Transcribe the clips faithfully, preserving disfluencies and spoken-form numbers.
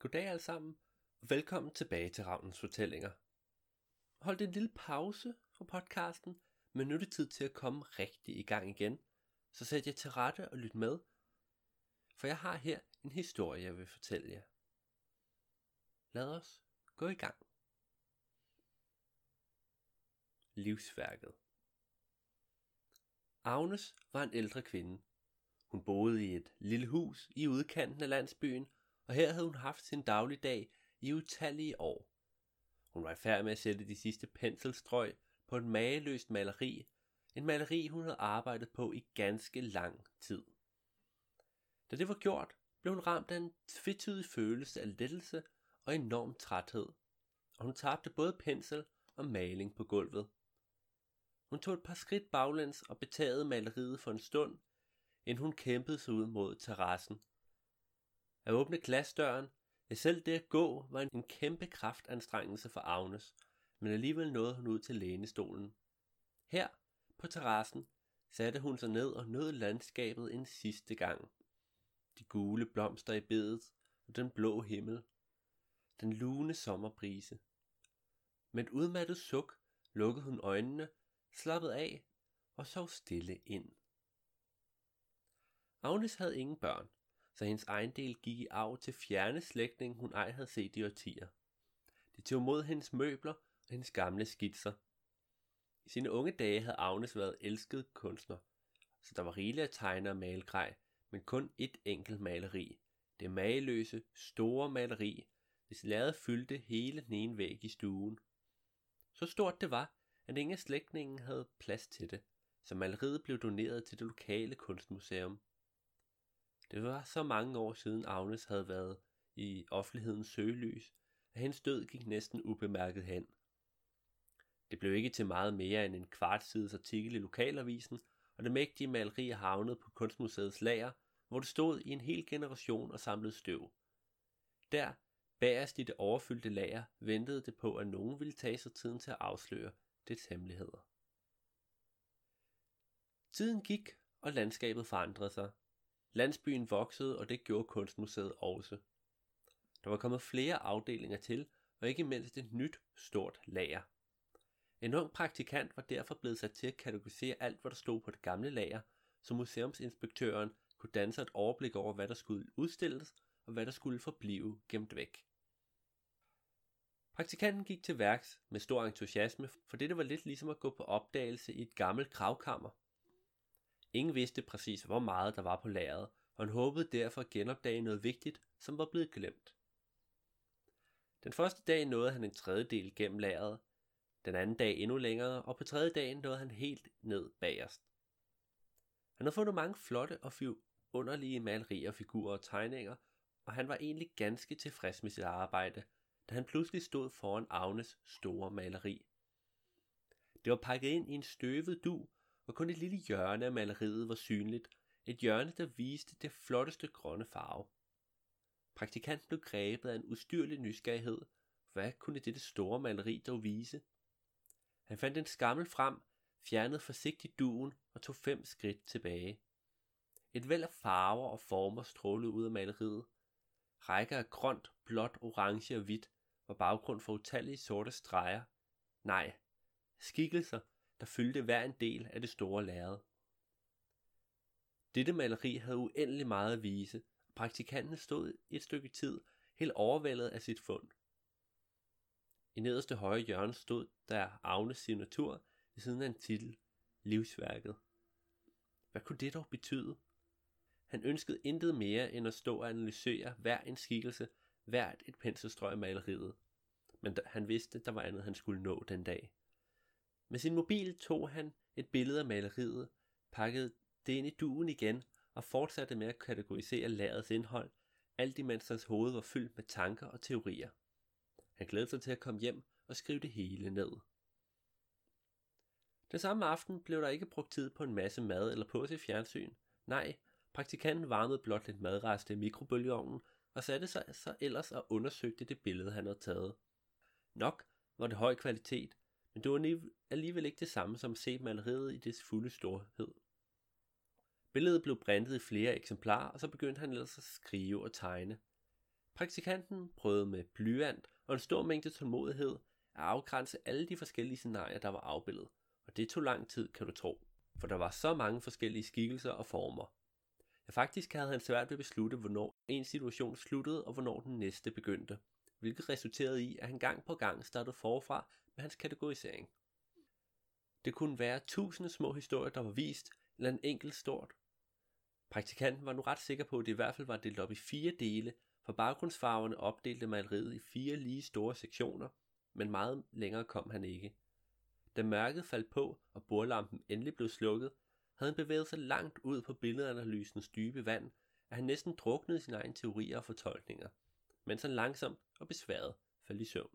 Goddag alle sammen, og velkommen tilbage til Ravnens Fortællinger. Hold en lille pause fra podcasten, men nu er det tid til at komme rigtig i gang igen, så sæt jer til rette og lyt med, for jeg har her en historie, jeg vil fortælle jer. Lad os gå i gang. Livsværket. Agnes var en ældre kvinde. Hun boede i et lille hus i udkanten af landsbyen, og her havde hun haft sin dagligdag i utallige år. Hun var i færd med at sætte de sidste penselstrøg på et mageløst maleri, en maleri hun havde arbejdet på i ganske lang tid. Da det var gjort, blev hun ramt af en tvetydig følelse af lettelse og enorm træthed, og hun tabte både pensel og maling på gulvet. Hun tog et par skridt baglæns og betagede maleriet for en stund, inden hun kæmpede sig ud mod terrassen. At åbne glasdøren, ja selv det at gå, var en kæmpe kraftanstrengelse for Agnes, men alligevel nåede hun ud til lænestolen. Her, på terrassen, satte hun sig ned og nød landskabet en sidste gang. De gule blomster i bedet og den blå himmel. Den lune sommerbrise. Med et udmattet suk lukkede hun øjnene, slappede af og sov stille ind. Agnes havde ingen børn, så hendes ejendel gik i arv til fjerne slægtning, hun ej havde set i årtier. De tog mod hendes møbler og hendes gamle skitser. I sine unge dage havde Agnes været elsket kunstner, så der var rigeligt at tegne og male grej, men kun et enkelt maleri. Det mageløse, store maleri, hvis lærred fyldte hele den ene væg i stuen. Så stort det var, at ingen af slægtningen havde plads til det, så maleriet blev doneret til det lokale kunstmuseum. Det var så mange år siden Agnes havde været i offentlighedens søgelys, at hendes død gik næsten ubemærket hen. Det blev ikke til meget mere end en kvartsides artikel i lokalavisen, og det mægtige maleri havnede på Kunstmuseets lager, hvor det stod i en hel generation og samlede støv. Der, bagerst i det overfyldte lager, ventede det på, at nogen ville tage sig tiden til at afsløre dets hemmeligheder. Tiden gik, og landskabet forandrede sig. Landsbyen voksede, og det gjorde Kunstmuseet også. Der var kommet flere afdelinger til, og ikke mindst et nyt, stort lager. En ung praktikant var derfor blevet sat til at kategorisere alt, hvad der stod på det gamle lager, så museumsinspektøren kunne danne sig et overblik over, hvad der skulle udstilles, og hvad der skulle forblive gemt væk. Praktikanten gik til værks med stor entusiasme, for det var lidt ligesom at gå på opdagelse i et gammelt gravkammer. Ingen vidste præcis, hvor meget der var på lageret, og han håbede derfor at genopdage noget vigtigt, som var blevet glemt. Den første dag nåede han en tredjedel gennem lageret, den anden dag endnu længere, og på tredje dagen nåede han helt ned bagerst. Han havde fundet mange flotte og underlige malerier, figurer og tegninger, og han var egentlig ganske tilfreds med sit arbejde, da han pludselig stod foran Agnes store maleri. Det var pakket ind i en støvet dug, og kun et lille hjørne af maleriet var synligt, et hjørne, der viste det flotteste grønne farve. Praktikanten blev grebet af en ustyrlig nysgerrighed. Hvad kunne dette store maleri dog vise? Han fandt en skammel frem, fjernede forsigtigt dugen og tog fem skridt tilbage. Et væld af farver og former strålede ud af maleriet. Rækker af grønt, blåt, orange og hvidt var baggrund for utallige sorte streger. Nej, skikkelser, der fyldte hver en del af det store lærred. Dette maleri havde uendelig meget at vise, og praktikanten stod et stykke tid helt overvældet af sit fund. I nederste højre hjørne stod der Agnes signatur ved siden af en titel, Livsværket. Hvad kunne det dog betyde? Han ønskede intet mere end at stå og analysere hver en skikkelse, hvert et penselstrøg af maleriet. Men han vidste, der var andet, han skulle nå den dag. Med sin mobil tog han et billede af maleriet, pakkede det ind i dugen igen og fortsatte med at kategorisere lærredets indhold, alt imens hans hoved var fyldt med tanker og teorier. Han glædede sig til at komme hjem og skrive det hele ned. Den samme aften blev der ikke brugt tid på en masse mad eller på at se fjernsyn. Nej, praktikanten varmede blot lidt madrester i mikrobølgeovnen og satte sig så ellers og undersøgte det billede, han havde taget. Nok var det høj kvalitet, men det var alligevel ikke det samme som at se maleriet i dets fulde storhed. Billedet blev printet i flere eksemplarer, og så begyndte han ellers at skrive og tegne. Praktikanten prøvede med blyant og en stor mængde tålmodighed at afgrænse alle de forskellige scenarier, der var afbildet, og det tog lang tid, kan du tro, for der var så mange forskellige skikkelser og former. Ja, faktisk havde han svært ved at beslutte, hvornår en situation sluttede og hvornår den næste begyndte, hvilket resulterede i, at han gang på gang startede forfra med hans kategorisering. Det kunne være tusinde små historier, der var vist, eller en enkelt stort. Praktikanten var nu ret sikker på, at det i hvert fald var delt op i fire dele, for baggrundsfarverne opdelte maleriet i fire lige store sektioner, men meget længere kom han ikke. Da mørket faldt på, og bordlampen endelig blev slukket, havde han bevæget sig langt ud på billedanalysens dybe vand, at han næsten druknede sine egne teorier og fortolkninger, mens han langsomt og besværet faldt i søvn.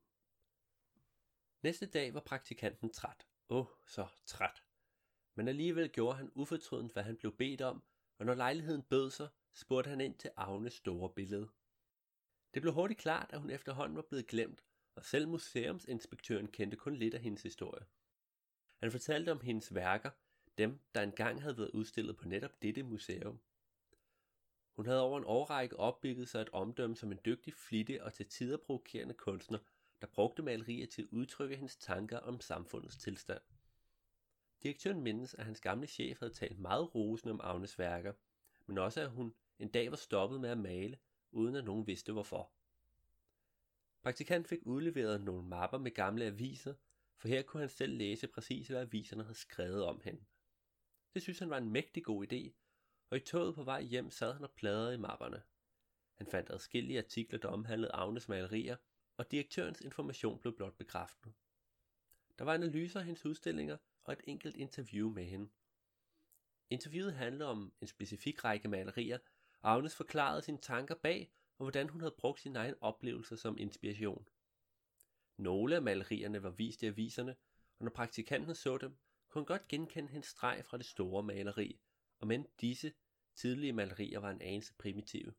Næste dag var praktikanten træt. Åh, oh, så træt. Men alligevel gjorde han ufortrødent, hvad han blev bedt om, og når lejligheden bød sig, spurgte han ind til Agnes store billede. Det blev hurtigt klart, at hun efterhånden var blevet glemt, og selv museumsinspektøren kendte kun lidt af hendes historie. Han fortalte om hendes værker, dem der engang havde været udstillet på netop dette museum. Hun havde over en årrække opbygget sig et omdømme som en dygtig, flittig og til tider provokerende kunstner, der brugte malerier til at udtrykke hendes tanker om samfundets tilstand. Direktøren mindes, at hans gamle chef havde talt meget rosende om Agnes værker, men også at hun en dag var stoppet med at male, uden at nogen vidste hvorfor. Praktikant fik udleveret nogle mapper med gamle aviser, for her kunne han selv læse præcis, hvad aviserne havde skrevet om hende. Det synes han var en mægtig god idé, og i toget på vej hjem sad han og pladrede i mapperne. Han fandt adskillige artikler, der omhandlede Agnes malerier, og direktørens information blev blot bekræftet. Der var analyser af hendes udstillinger og et enkelt interview med hende. Interviewet handlede om en specifik række malerier, og Agnes forklarede sine tanker bag, og hvordan hun havde brugt sine egne oplevelser som inspiration. Nogle af malerierne var vist i aviserne, og når praktikanten så dem, kunne han godt genkende hendes streg fra det store maleri, og men disse tidlige malerier var en anelse primitive.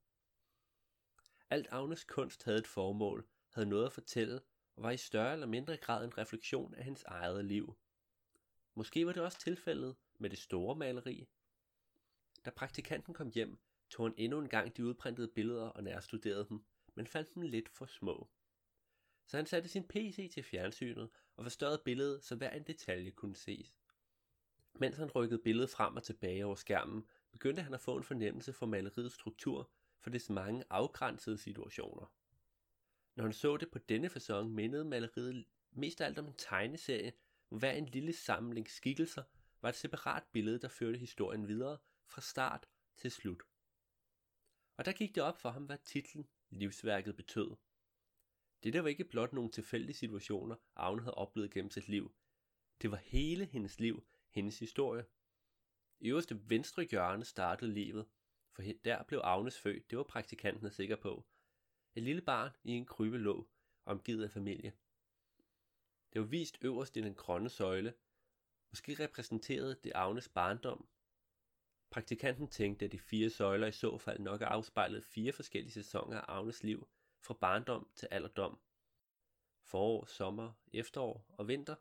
Alt Agnes kunst havde et formål, havde noget at fortælle, og var i større eller mindre grad en refleksion af hendes eget liv. Måske var det også tilfældet med det store maleri. Da praktikanten kom hjem, tog han endnu en gang de udprintede billeder og nærstuderede dem, men fandt dem lidt for små. Så han satte sin P C til fjernsynet og forstørrede billedet, så hver en detalje kunne ses. Mens han rykkede billedet frem og tilbage over skærmen, begyndte han at få en fornemmelse for maleriets struktur for dets mange afgrænsede situationer. Når han så det på denne facon, mindede maleriet mest af alt om en tegneserie, hvor hver en lille samling skikkelser var et separat billede, der førte historien videre fra start til slut. Og der gik det op for ham, hvad titlen Livsværket betød. Det var ikke blot nogle tilfældige situationer, Agnes havde oplevet gennem sit liv. Det var hele hendes liv, hendes historie. I øverste venstre hjørne startede livet, for der blev Agnes født, det var praktikanten sikker på. Et lille barn i en krybelåg, omgivet af familie. Det var vist øverst i den grønne søjle. Måske repræsenterede det Agnes barndom. Praktikanten tænkte, at de fire søjler i så fald nok afspejlede fire forskellige sæsoner af Agnes liv, fra barndom til alderdom. Forår, sommer, efterår og vinter.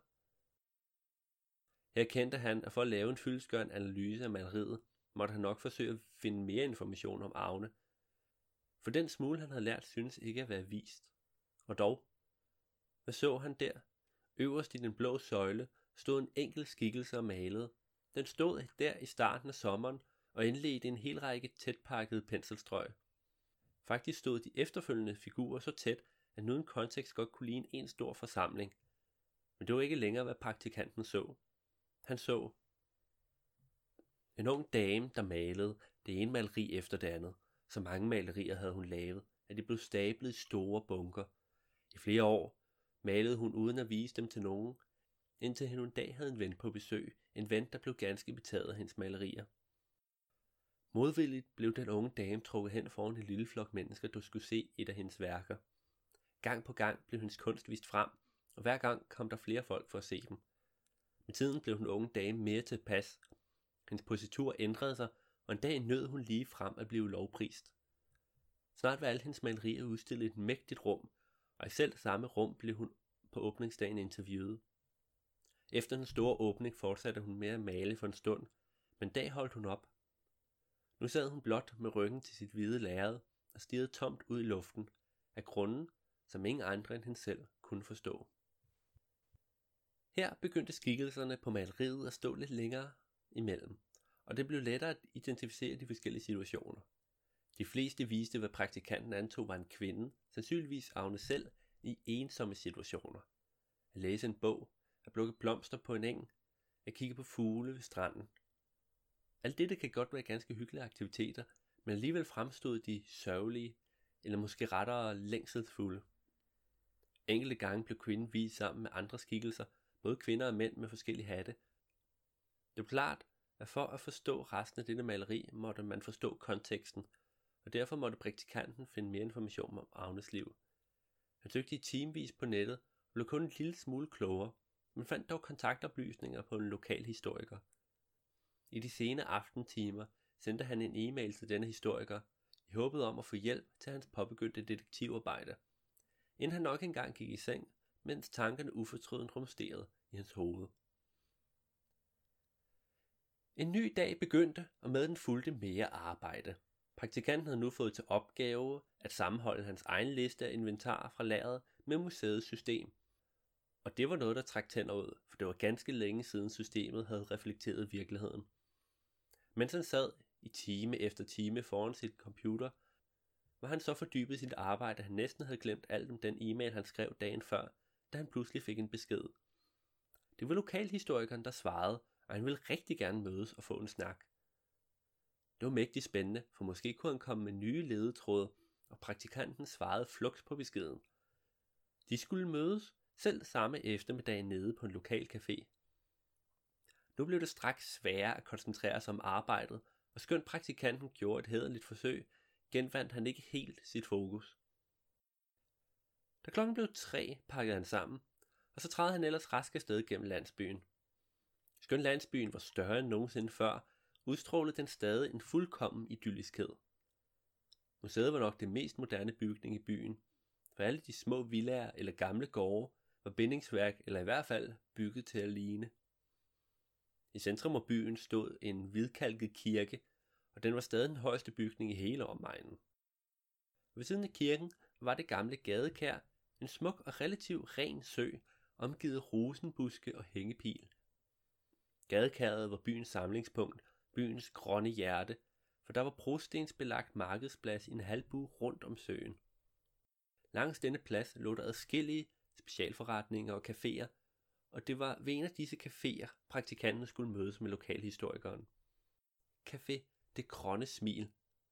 Her kendte han, at for at lave en fyldestgørende analyse af maleriet, måtte han nok forsøge at finde mere information om Agne. For den smule, han havde lært, synes ikke at være vist. Og dog, hvad så han der? Øverst i den blå søjle stod en enkelt skikkelse og malede. Den stod der i starten af sommeren og indledte en hel række tætpakkede penselstrøg. Faktisk stod de efterfølgende figurer så tæt, at nu en kontekst godt kunne ligne en stor forsamling. Men det var ikke længere, hvad praktikanten så. Han så en ung dame, der malede det ene maleri efter det andet. Så mange malerier havde hun lavet, at de blev stablet i store bunker. I flere år malede hun uden at vise dem til nogen, indtil hun en dag havde en ven på besøg, en ven, der blev ganske betaget af hendes malerier. Modvilligt blev den unge dame trukket hen foran en lille flok mennesker, der skulle se et af hendes værker. Gang på gang blev hendes kunst vist frem, og hver gang kom der flere folk for at se dem. Med tiden blev den unge dame mere tilpas. Hendes positur ændrede sig, og en dag nød hun lige frem at blive lovprist. Snart var alle hendes malerier udstillet i et mægtigt rum, og i selv samme rum blev hun på åbningsdagen interviewet. Efter den store åbning fortsatte hun med at male for en stund, men en dag holdt hun op. Nu sad hun blot med ryggen til sit hvide lærred og stirrede tomt ud i luften, af grunden, som ingen andre end hende selv kunne forstå. Her begyndte skikkelserne på maleriet at stå lidt længere imellem, og det blev lettere at identificere de forskellige situationer. De fleste viste, hvad praktikanten antog var en kvinde, sandsynligvis Agnes selv, i ensomme situationer. At læse en bog, at plukke blomster på en eng, at kigge på fugle ved stranden. Alt dette kan godt være ganske hyggelige aktiviteter, men alligevel fremstod de sørgelige, eller måske rettere længselsfulde. Enkelte gange blev kvinden vist sammen med andre skikkelser, både kvinder og mænd med forskellige hatte. Det blev klart, at for at forstå resten af dette maleri, måtte man forstå konteksten, og derfor måtte praktikanten finde mere information om Agnes liv. Han søgte i timevis på nettet og blev kun en lille smule klogere, men fandt dog kontaktoplysninger på en lokal historiker. I de sene aftentimer sendte han en e-mail til denne historiker, i håbet om at få hjælp til hans påbegyndte detektivarbejde, inden han nok engang gik i seng, mens tankerne ufortrødent rumsterede i hans hoved. En ny dag begyndte, og med den fulgte mere arbejde. Praktikanten havde nu fået til opgave at sammenholde hans egen liste af inventar fra lageret med museets system. Og det var noget, der trak tænder ud, for det var ganske længe siden systemet havde reflekteret virkeligheden. Mens han sad i time efter time foran sit computer, var han så fordybet i sit arbejde, at han næsten havde glemt alt om den e-mail, han skrev dagen før, da han pludselig fik en besked. Det var lokalhistorikeren, der svarede, og han ville rigtig gerne mødes og få en snak. Det var mægtigt spændende, for måske kunne han komme med nye ledetråde, og praktikanten svarede fluks på beskeden. De skulle mødes selv samme eftermiddag nede på en lokal café. Nu blev det straks sværere at koncentrere sig om arbejdet, og skønt praktikanten gjorde et hæderligt forsøg, genvandt han ikke helt sit fokus. Da klokken blev tre, pakkede han sammen, og så trædte han ellers rask afsted gennem landsbyen. Skønt landsbyen var større end nogensinde før, udstrålede den stadig en fuldkommen idylliskhed. Museet var nok det mest moderne bygning i byen, for alle de små villaer eller gamle gårde var bindingsværk eller i hvert fald bygget til at ligne. I centrum af byen stod en hvidkalket kirke, og den var stadig den højeste bygning i hele omegnen. Ved siden af kirken var det gamle gadekær, en smuk og relativt ren sø, omgivet af rosenbuske og hængepil. Gadekæret var byens samlingspunkt, byens grønne hjerte, for der var brostensbelagt markedsplads i en halvbue rundt om søen. Langs denne plads lå der adskillige specialforretninger og caféer, og det var ved en af disse caféer, praktikanten skulle mødes med lokalhistorikeren. Café Det Grønne Smil.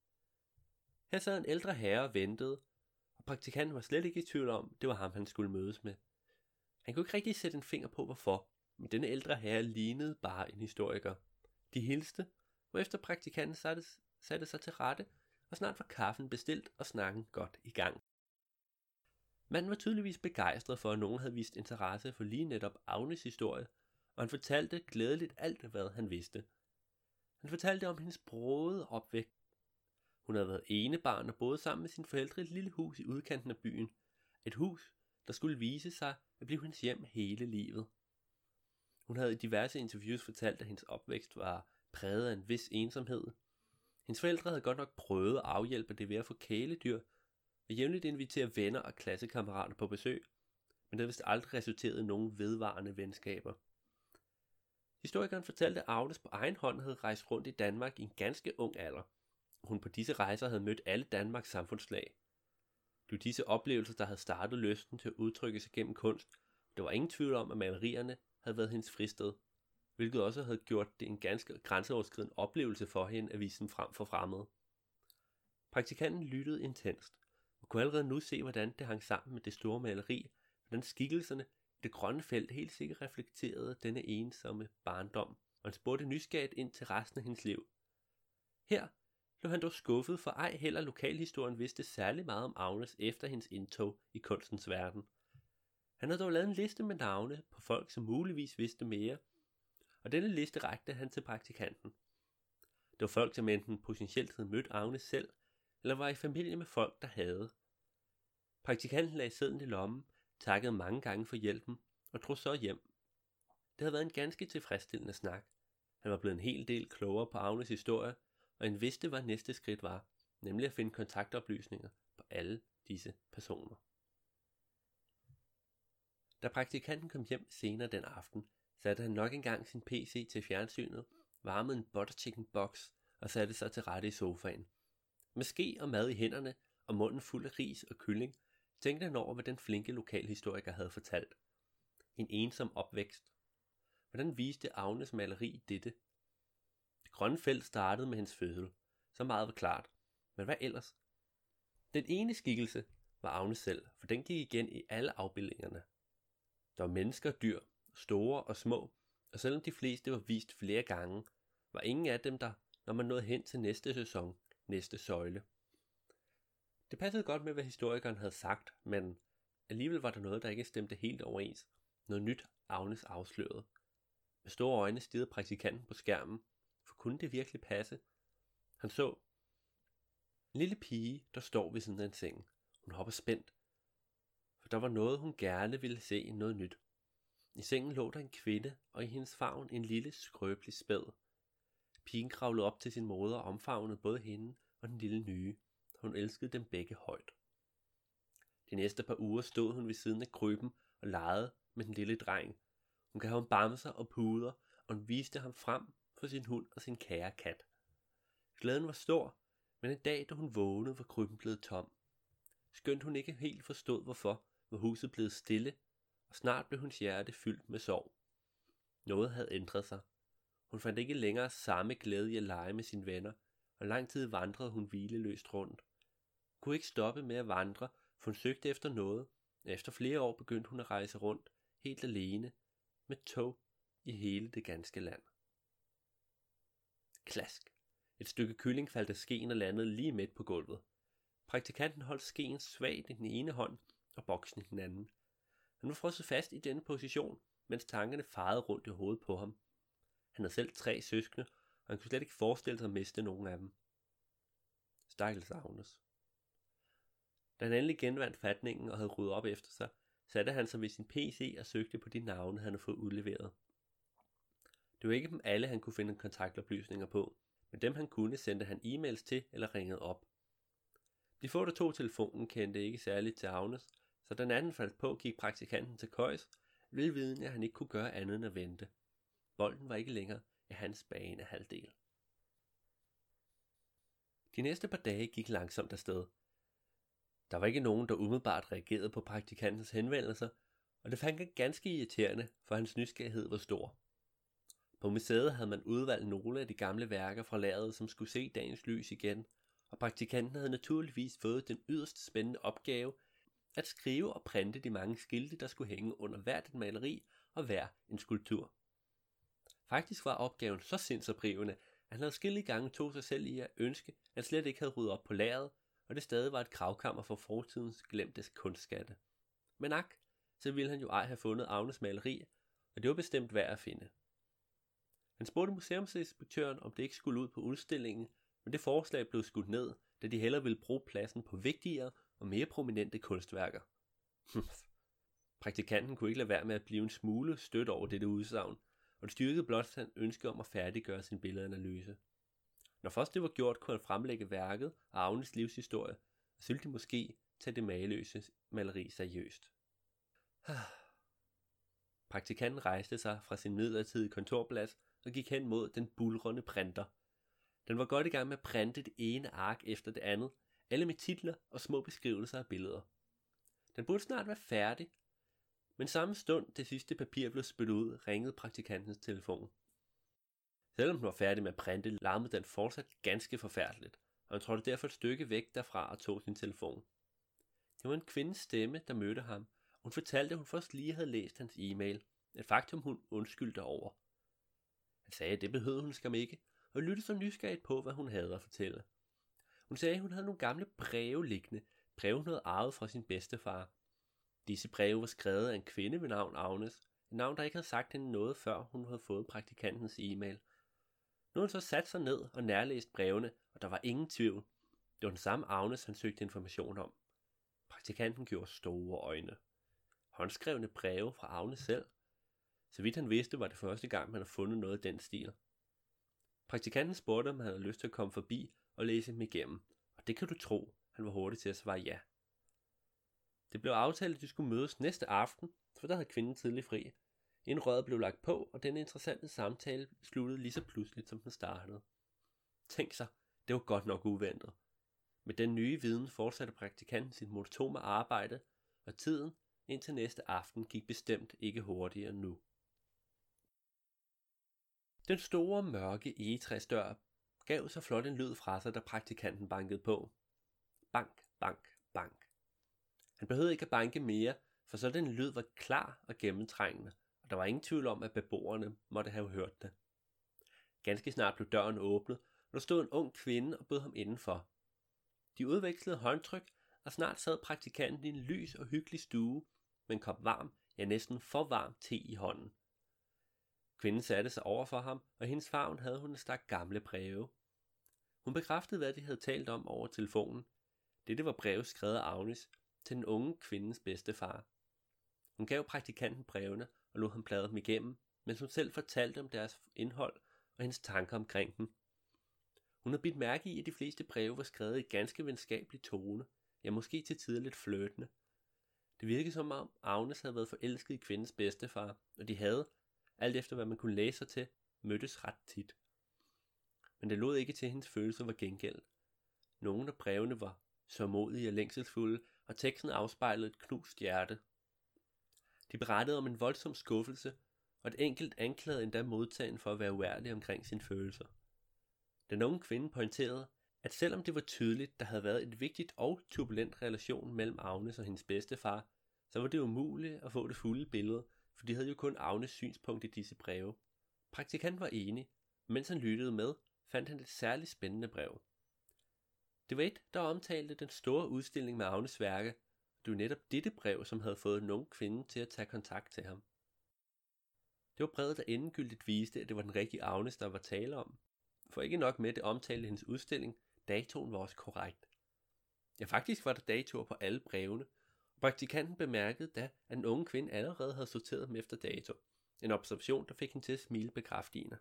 Her sad en ældre herre og ventede, og praktikanten var slet ikke i tvivl om, det var ham, han skulle mødes med. Han kunne ikke rigtig sætte en finger på, hvorfor, men denne ældre herre lignede bare en historiker. De hilste, hvorefter praktikanten satte, satte sig til rette, og snart var kaffen bestilt og snakken godt i gang. Manden var tydeligvis begejstret for, at nogen havde vist interesse for lige netop Agnes' historie, og han fortalte glædeligt alt, hvad han vidste. Han fortalte om hendes brogede opvækst. Hun havde været enebarn og boede sammen med sine forældre i et lille hus i udkanten af byen. Et hus, der skulle vise sig at blive hendes hjem hele livet. Hun havde i diverse interviews fortalt, at hendes opvækst var præget af en vis ensomhed. Hendes forældre havde godt nok prøvet at afhjælpe det ved at få kæledyr, og jævnligt invitere venner og klassekammerater på besøg, men det havde vist aldrig resulteret i nogen vedvarende venskaber. Historikeren fortalte, at Agnes på egen hånd havde rejst rundt i Danmark i en ganske ung alder. Hun på disse rejser havde mødt alle Danmarks samfundslag. Det var disse oplevelser, der havde startet lysten til at udtrykke sig gennem kunst. Der var ingen tvivl om, at malerierne havde været hendes fristed, hvilket også havde gjort det en ganske grænseoverskridende oplevelse for hende at vise dem frem for fremmede. Praktikanten lyttede intenst, og kunne allerede nu se, hvordan det hang sammen med det store maleri, hvordan skikkelserne i det grønne felt helt sikkert reflekterede denne ensomme barndom, og han spurgte nysgerrigt ind til resten af hendes liv. Her blev han dog skuffet, for ej heller lokalhistorien vidste særlig meget om Agnes efter hendes indtog i kunstens verden. Han havde dog lavet en liste med navne på folk, som muligvis vidste mere, og denne liste rakte han til praktikanten. Det var folk, som enten potentielt havde mødt Agnes selv, eller var i familie med folk, der havde. Praktikanten lagde sedlen i lommen, takkede mange gange for hjælpen og drog så hjem. Det havde været en ganske tilfredsstillende snak. Han var blevet en hel del klogere på Agnes' historie, og han vidste, hvad næste skridt var, nemlig at finde kontaktoplysninger på alle disse personer. Da praktikanten kom hjem senere den aften, satte han nok engang sin pc til fjernsynet, varmede en butter chicken box og satte sig til rette i sofaen. Med ske og mad i hænderne og munden fuld af ris og kylling, tænkte han over, hvad den flinke lokalhistoriker havde fortalt. En ensom opvækst. Hvordan viste Agnes maleri dette? Det grønne felt startede med hendes fødsel. Så meget var klart. Men hvad ellers? Den ene skikkelse var Agnes selv, for den gik igen i alle afbildningerne. Der var mennesker og dyr, store og små, og selvom de fleste var vist flere gange, var ingen af dem der, når man nåede hen til næste sæson, næste søjle. Det passede godt med, hvad historikeren havde sagt, men alligevel var der noget, der ikke stemte helt overens. Noget nyt Agnes afslørede. Med store øjne stirrede praktikanten på skærmen, for kunne det virkelig passe? Han så en lille pige, der står ved siden af en seng. Hun hopper spændt, for der var noget, hun gerne ville se, noget nyt. I sengen lå der en kvinde, og i hendes favn en lille skrøbelig spæd. Pigen kravlede op til sin moder og omfavnede både hende og den lille nye. Hun elskede dem begge højt. De næste par uger stod hun ved siden af krybben og legede med den lille dreng. Hun gav ham bamser og puder, og hun viste ham frem for sin hund og sin kære kat. Glæden var stor, men en dag, da hun vågnede, var krybben blevet tom. Skønt hun ikke helt forstod hvorfor, var huset blevet stille, og snart blev hendes hjerte fyldt med sorg. Noget havde ændret sig. Hun fandt ikke længere samme glæde i at lege med sine venner, og lang tid vandrede hun hvileløst rundt. Hun kunne ikke stoppe med at vandre, for hun søgte efter noget, og efter flere år begyndte hun at rejse rundt, helt alene, med tog i hele det ganske land. Klask. Et stykke kylling faldt af skeen og landede lige midt på gulvet. Praktikanten holdt skeen svagt i den ene hånd og boksen i den anden. Han var frosset fast i denne position, mens tankerne farede rundt i hovedet på ham. Han havde selv tre søskende, og han kunne slet ikke forestille sig at miste nogen af dem. Stakkels Agnes. Da han endelig genvandt fatningen og havde ryddet op efter sig, satte han sig ved sin pc og søgte på de navne, han havde fået udleveret. Det var ikke dem alle, han kunne finde kontaktoplysninger på, men dem han kunne, sendte han e-mails til eller ringede op. De få, der tog telefonen, kendte ikke særligt til Agnes, så den anden faldt på, gik praktikanten til køjs, velvidende at han ikke kunne gøre andet end at vente. Bolden var ikke længere i hans banehalvdel. De næste par dage gik langsomt afsted. Der var ikke nogen, der umiddelbart reagerede på praktikantens henvendelser, og det fandt han ganske irriterende, for hans nysgerrighed var stor. På museet havde man udvalgt nogle af de gamle værker fra lageret, som skulle se dagens lys igen, og praktikanten havde naturligvis fået den yderst spændende opgave at skrive og printe de mange skilte, der skulle hænge under hvert et maleri og hver en skulptur. Faktisk var opgaven så sindsoprivende, at han adskillige gange tog sig selv i at ønske, at han slet ikke havde ryddet op på lageret, og det stadig var et gravkammer for fortidens glemte kunstskatte. Men ak, så ville han jo ej have fundet Agnes maleri, og det var bestemt værd at finde. Han spurgte museumsinspektøren, om det ikke skulle ud på udstillingen, men det forslag blev skudt ned, da de hellere ville bruge pladsen på vigtigere og mere prominente kunstværker. Praktikanten kunne ikke lade være med at blive en smule stødt over dette udsagn, og det styrkede blot hans ønske om at færdiggøre sin billedanalyse. Når først det var gjort, kunne han fremlægge værket og Agnes livshistorie, og så ville de måske tage det mageløse maleri seriøst. Praktikanten rejste sig fra sin midlertidige kontorplads og gik hen mod den bulrende printer. Den var godt i gang med at printe det ene ark efter det andet, alle med titler og små beskrivelser af billeder. Den burde snart være færdig, men samme stund det sidste papir blev spyttet ud, ringede praktikantens telefon. Selvom den var færdig med at printe, larmede den fortsat ganske forfærdeligt, og han trådte derfor et stykke væk derfra og tog sin telefon. Det var en kvindes stemme, der mødte ham, og hun fortalte, at hun først lige havde læst hans e-mail, et faktum hun undskyldte over. Han sagde, at det behøvede hun skam ikke, og lyttede så nysgerrigt på, hvad hun havde at fortælle. Hun sagde, at hun havde nogle gamle breve liggende, breve hun havde arvet fra sin bedstefar. Disse breve var skrevet af en kvinde ved navn Agnes, et navn, der ikke havde sagt hende noget, før hun havde fået praktikantens e-mail. Nu havde hun så sat sig ned og nærlæst brevene, og der var ingen tvivl. Det var den samme Agnes, han søgte information om. Praktikanten gjorde store øjne. Håndskrevne breve fra Agnes selv. Så vidt han vidste, var det første gang, man havde fundet noget af den stil. Praktikanten spurgte, om han havde lyst til at komme forbi og læse dem igennem, og det kan du tro, han var hurtig til at svare ja. Det blev aftalt, at de skulle mødes næste aften, for der havde kvinden tidlig fri. En røret blev lagt på, og den interessante samtale sluttede lige så pludseligt, som den startede. Tænk sig, det var godt nok uventet. Med den nye viden fortsatte praktikanten sit monotone arbejde, og tiden indtil næste aften gik bestemt ikke hurtigere end nu. Den store, mørke egetræsdør gav så flot en lyd fra sig, da praktikanten bankede på. Bank, bank, bank. Han behøvede ikke at banke mere, for så den lyd var klar og gennemtrængende, og der var ingen tvivl om, at beboerne måtte have hørt det. Ganske snart blev døren åbnet, og der stod en ung kvinde og bød ham indenfor. De udvekslede håndtryk, og snart sad praktikanten i en lys og hyggelig stue med en kop varm, ja næsten for varm te i hånden. Kvinden satte sig over for ham, og i hendes favn havde hun en stak gamle breve. Hun bekræftede, hvad de havde talt om over telefonen. Dette var breve skrevet af Agnes til den unge kvindes bedstefar. Hun gav praktikanten brevene og lod ham bladre dem igennem, mens hun selv fortalte om deres indhold og hendes tanker omkring dem. Hun havde bidt mærke i, at de fleste breve var skrevet i ganske venskabelig tone, ja måske til tider lidt flirtende. Det virkede som om Agnes havde været forelsket i kvindens bedstefar, og de havde, alt efter hvad man kunne læse sig til, mødtes ret tit. Men det lod ikke til, at hendes følelser var gengældt. Nogle af brevene var sørgmodige og længselsfulde, og teksten afspejlede et knust hjerte. De berettede om en voldsom skuffelse, og et enkelt anklagede endda modtagen for at være uærlig omkring sine følelser. Den unge kvinde pointerede, at selvom det var tydeligt, der havde været et vigtigt og turbulent relation mellem Agnes og hendes bedstefar, så var det umuligt at få det fulde billede, for de havde jo kun Agnes synspunkt i disse breve. Praktikanten var enig, og mens han lyttede med, fandt han et særligt spændende brev. Det var et, der omtalte den store udstilling med Agnes værke. Det var netop dette brev, som havde fået en ung kvinde til at tage kontakt til ham. Det var brevet, der endegyldigt viste, at det var den rigtige Agnes, der var tale om. For ikke nok med, det omtalte hendes udstilling, datoen var også korrekt. Ja, faktisk var der datoer på alle brevene, og praktikanten bemærkede da, at den unge kvinde allerede havde sorteret dem efter dato. En observation, der fik hende til at smile bekræftigende.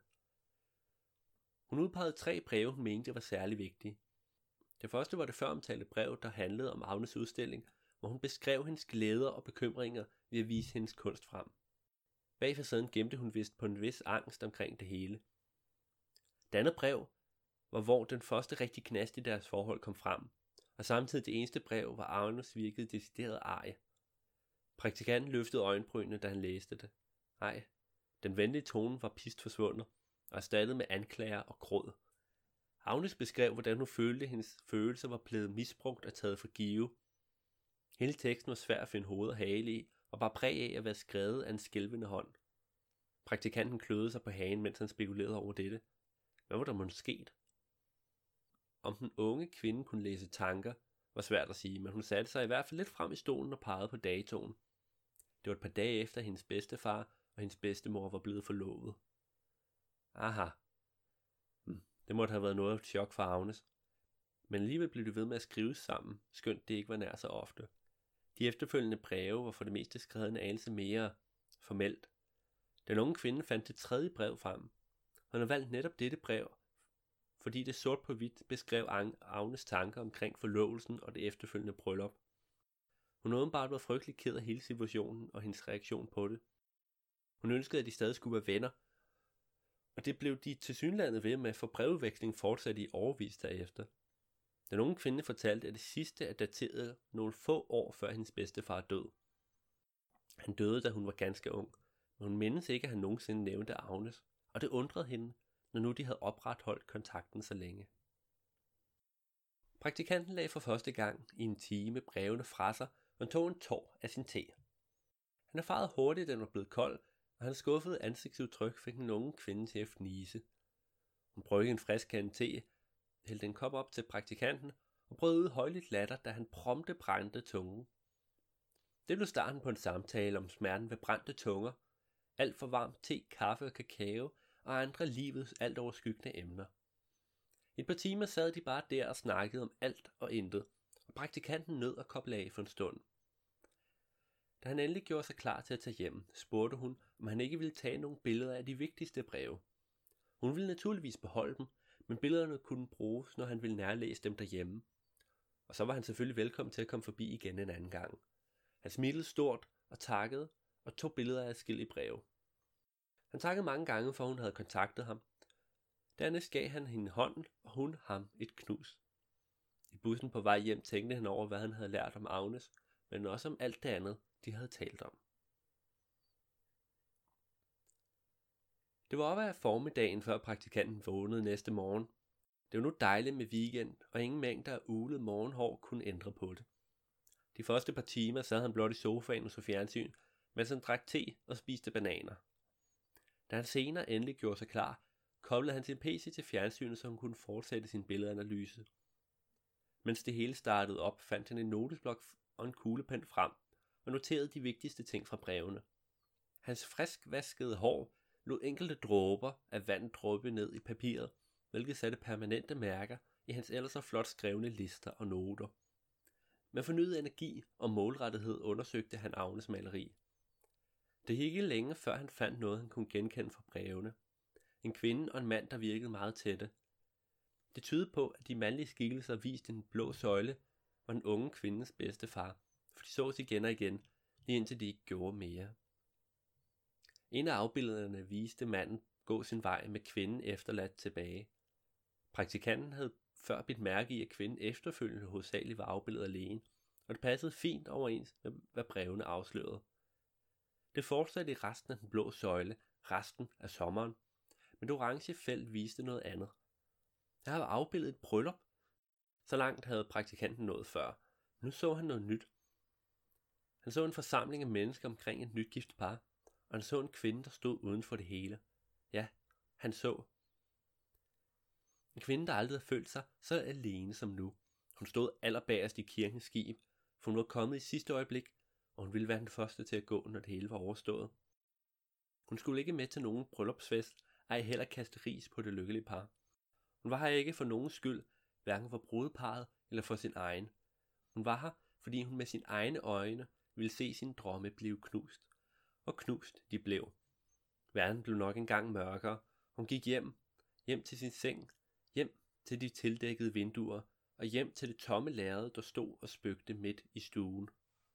Hun udpegede tre breve, hun mente var særlig vigtige. Det første var det føromtalte brev, der handlede om Agnes udstilling, hvor hun beskrev hendes glæder og bekymringer ved at vise hendes kunst frem. Bag facaden gemte hun vist på en vis angst omkring det hele. Det andet brev var, hvor den første rigtig knast i deres forhold kom frem, og samtidig det eneste brev, hvor Agnes virkede decideret arg. Praktikanten løftede øjenbrynene, da han læste det. Nej, den venlige tone var pist forsvundet, og erstattet med anklager og gråd. Agnes beskrev, hvordan hun følte, at hendes følelser var blevet misbrugt og taget for give. Hele teksten var svær at finde hoved og hale i, og bare præg af at være skrevet af en skælvende hånd. Praktikanten kløede sig på hagen, mens han spekulerede over dette. Hvad var der måske sket? Om den unge kvinde kunne læse tanker, var svært at sige, men hun satte sig i hvert fald lidt frem i stolen og pegede på datoen. Det var et par dage efter, hendes bedstefar og hendes bedstemor var blevet forlovet. Aha. Hm, det måtte have været noget af et chok for Agnes. Men alligevel blev de ved med at skrive sammen, skønt det ikke var nær så ofte. De efterfølgende breve var for det meste skrevet en anelse mere formelt. Den unge kvinde fandt det tredje brev frem. Hun havde valgt netop dette brev, fordi det sort på hvidt beskrev Agnes tanker omkring forlovelsen og det efterfølgende bryllup. Hun åbenbart var frygtelig ked af hele situationen og hendes reaktion på det. Hun ønskede, at de stadig skulle være venner, og det blev de tilsyneladende ved med, for brevveksling fortsatte i årevis derefter. Den unge kvinde fortalte, at det sidste er dateret nogle få år før hendes bedstefar død. Han døde, da hun var ganske ung, men hun mindes ikke, at han nogensinde nævnte Agnes, og det undrede hende, når nu de havde opretholdt kontakten så længe. Praktikanten lagde for første gang i en time brevene fra sig, og tog en tår af sin te. Han erfarede hurtigt, at den var blevet kold, og hans skuffede ansigtsudtryk fik den unge kvinde til at fnise. Hun bryggede en frisk kande te, hældte en kop op til praktikanten og brød ud højligt latter, da han prompte brændte tungen. Det blev starten på en samtale om smerten ved brændte tunger, alt for varm te, kaffe og kakao og andre livets alt overskyggende emner. Et par timer sad de bare der og snakkede om alt og intet, og praktikanten nød at koble af for en stund. Da han endelig gjorde sig klar til at tage hjem, spurgte hun, om han ikke ville tage nogle billeder af de vigtigste breve. Hun ville naturligvis beholde dem, men billederne kunne bruges, når han ville nærlæse dem derhjemme. Og så var han selvfølgelig velkommen til at komme forbi igen en anden gang. Han smilede stort og takkede og tog billeder af adskillige breve. Han takkede mange gange, for hun havde kontaktet ham. Dernæst gav han hende hånden, og hun ham et knus. I bussen på vej hjem tænkte han over, hvad han havde lært om Agnes, men også om alt det andet, de havde talt om. Det var op ad formiddagen, før praktikanten vågnede næste morgen. Det var nu dejligt med weekend, og ingen mængder af ulet morgenhår kunne ændre på det. De første par timer sad han blot i sofaen og så fjernsyn, mens han drak te og spiste bananer. Da han senere endelig gjorde sig klar, koblede han sin pc til fjernsynet, så han kunne fortsætte sin billedanalyse. Mens det hele startede op, fandt han en notesblok og en kuglepen frem og noterede de vigtigste ting fra brevene. Hans frisk vaskede hår lod enkelte dråber af vand dryppe ned i papiret, hvilket satte permanente mærker i hans ellers så flot skrevne lister og noter. Med fornyet energi og målrettighed undersøgte han Agnes maleri. Det gik ikke længe, før han fandt noget, han kunne genkende fra brevene. En kvinde og en mand, der virkede meget tætte. Det tydede på, at de mandlige skikkelser viste en blå søjle og den unge kvindes bedstefar, for de sås igen og igen, lige indtil de ikke gjorde mere. En af afbillederne viste manden gå sin vej med kvinden efterladt tilbage. Praktikanten havde før bidt mærke i, at kvinden efterfølgende hovedsageligt var afbildet alene, og det passede fint overens med, hvad brevene afslørede. Det fortsatte i resten af den blå søjle, resten af sommeren, men det orange felt viste noget andet. Der var afbildet et bryllup. Så langt havde praktikanten nået før. Nu så han noget nyt. Han så en forsamling af mennesker omkring et nygift par, og han så en kvinde, der stod uden for det hele. Ja, han så. En kvinde, der aldrig havde følt sig så alene som nu. Hun stod allerbagerst i kirkens skib, for hun var kommet i sidste øjeblik, og hun ville være den første til at gå, når det hele var overstået. Hun skulle ikke med til nogen bryllupsfest, ej heller kaste ris på det lykkelige par. Hun var her ikke for nogen skyld, hverken for brudeparret eller for sin egen. Hun var her, fordi hun med sine egne øjne ville se sin drømme blive knust. Og knust de blev. Verden blev nok engang mørkere. Hun gik hjem, hjem til sin seng, hjem til de tildækkede vinduer, og hjem til det tomme lærred, der stod og spøgte midt i stuen.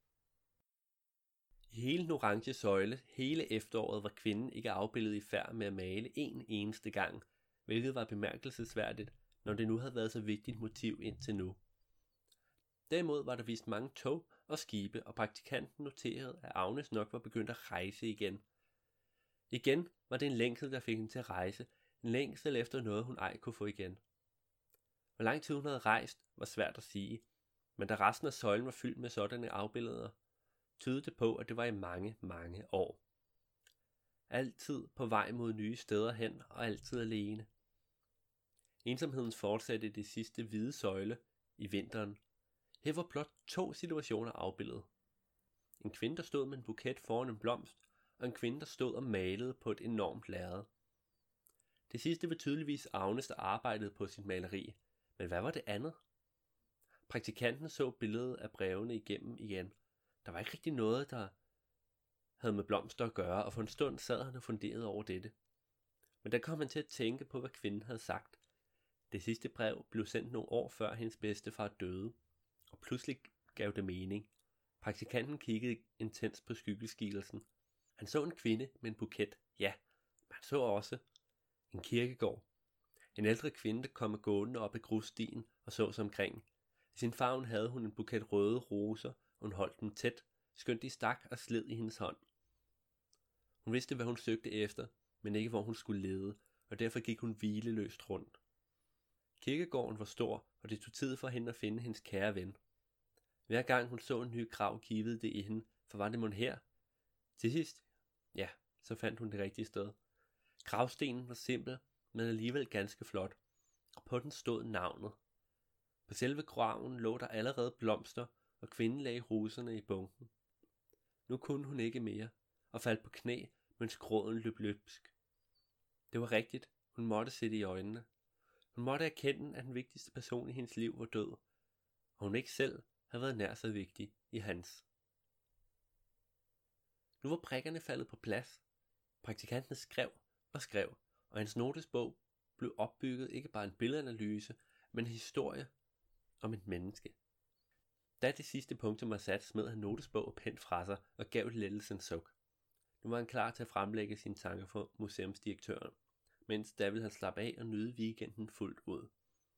I hele den orange søjle, hele efteråret, var kvinden ikke afbildet i færd med at male en eneste gang, hvilket var bemærkelsesværdigt, når det nu havde været så vigtigt motiv indtil nu. Derimod var der vist mange tog og skibe, og praktikanten noterede, at Agnes nok var begyndt at rejse igen. Igen var det en længsel, der fik hende til at rejse, en længsel efter noget, hun ej kunne få igen. Hvor lang tid hun havde rejst, var svært at sige, men da resten af søjlen var fyldt med sådanne afbilleder, tydede det på, at det var i mange, mange år. Altid på vej mod nye steder hen, og altid alene. Ensomheden fortsatte i det sidste hvide søjle i vinteren. Her var blot to situationer afbildet. En kvinde, der stod med en buket foran en blomst, og en kvinde, der stod og malede på et enormt lærred. Det sidste var tydeligvis Agnes, der arbejdede på sit maleri. Men hvad var det andet? Praktikanten så billedet af brevene igennem igen. Der var ikke rigtig noget, der havde med blomster at gøre, og for en stund sad han og funderede over dette. Men der kom han til at tænke på, hvad kvinden havde sagt. Det sidste brev blev sendt nogle år før hendes bedstefar døde, og pludselig gav det mening. Praktikanten kiggede intens på skyggeskikkelsen. Han så en kvinde med en buket, ja, men han så også en kirkegård. En ældre kvinde, der kom gående op ad grusstien og så sig omkring. I sin favn havde hun en buket røde roser, og hun holdt dem tæt, skønt de stak og sled i hendes hånd. Hun vidste, hvad hun søgte efter, men ikke hvor hun skulle lede, og derfor gik hun hvileløst rundt. Kirkegården var stor, og det tog tid for hende at finde hendes kære ven. Hver gang hun så en ny grav, kivede det i hende, for var det mon her? Til sidst, ja, så fandt hun det rigtige sted. Gravstenen var simpel, men alligevel ganske flot, og på den stod navnet. På selve graven lå der allerede blomster, og kvinden lagde roserne i bunken. Nu kunne hun ikke mere, og faldt på knæ, mens gråden løb løbsk. Det var rigtigt, hun måtte se det i øjnene. Hun måtte erkende, at den vigtigste person i hendes liv var død, og hun ikke selv havde været nær så vigtig i hans. Nu var prikkerne faldet på plads. Praktikanten skrev og skrev, og hans notesbog blev opbygget ikke bare en billedanalyse, men en historie om et menneske. Da det sidste punktum var sat, smed han notesbog og pen fra sig og gav et lettelsens suk. Nu var han klar til at fremlægge sine tanker for museumsdirektøren, mens da ville han slappe af og nyde weekenden fuldt ud.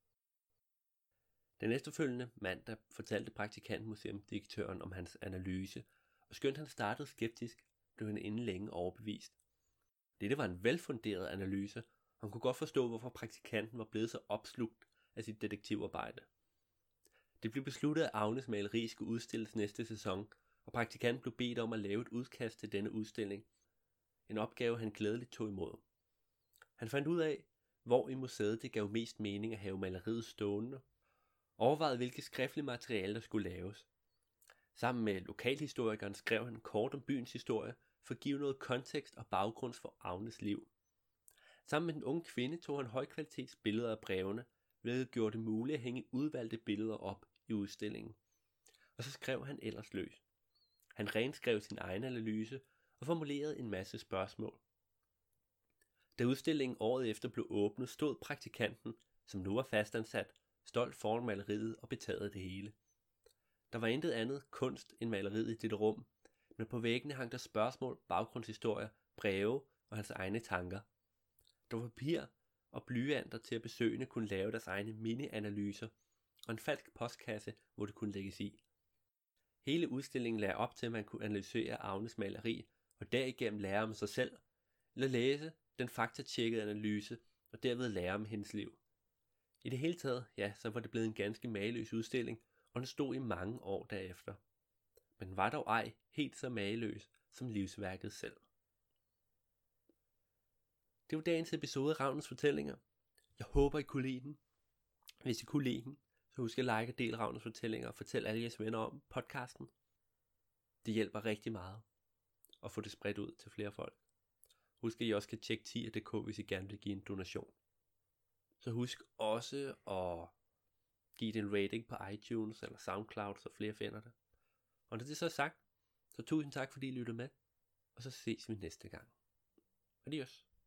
Den efterfølgende mandag fortalte praktikanten museumsdirektøren om hans analyse, og skønt han startede skeptisk, blev han inden længe overbevist. Dette var en velfunderet analyse, og han kunne godt forstå, hvorfor praktikanten var blevet så opslugt af sit detektivarbejde. Det blev besluttet, at Agnes maleri skulle udstilles næste sæson, og praktikanten blev bedt om at lave et udkast til denne udstilling. En opgave, han glædeligt tog imod. Han fandt ud af, hvor i museet det gav mest mening at have maleriet stående, overvejede, hvilket skriftligt materiale der skulle laves. Sammen med lokalhistorikeren skrev han kort om byens historie for at give noget kontekst og baggrund for Agnes liv. Sammen med den unge kvinde tog han højkvalitets billeder af brevene, hvilket gjorde det muligt at hænge udvalgte billeder op i udstillingen. Og så skrev han ellers løs. Han renskrev sin egen analyse og formulerede en masse spørgsmål. Da udstillingen året efter blev åbnet, stod praktikanten, som nu var fastansat, stolt foran maleriet og betaget af det hele. Der var intet andet kunst end maleriet i dette rum, men på væggene hang der spørgsmål, baggrundshistorier, breve og hans egne tanker. Der var papir og blyanter til at besøgende kunne lave deres egne mini-analyser, og en falsk postkasse, hvor det kunne lægges i. Hele udstillingen lagde op til, at man kunne analysere Agnes maleri, og derigennem lære om sig selv, eller læse den faktatjekkede analyse, og derved lære om hendes liv. I det hele taget, ja, så var det blevet en ganske mageløs udstilling, og den stod i mange år derefter. Men den var dog ej helt så mageløs som livsværket selv. Det var dagens episode af Ravnens Fortællinger. Jeg håber, I kunne lide den. Hvis I kunne lide den, så husk at like og del Ravnens Fortællinger og fortæl alle jeres venner om podcasten. Det hjælper rigtig meget at få det spredt ud til flere folk. Husk, at I også kan tjekke tier punktum d k, hvis I gerne vil give en donation. Så husk også at give det en rating på iTunes eller SoundCloud, så flere finder det. Og når det så er sagt, så tusind tak fordi I lyttede med, og så ses vi næste gang. Adios.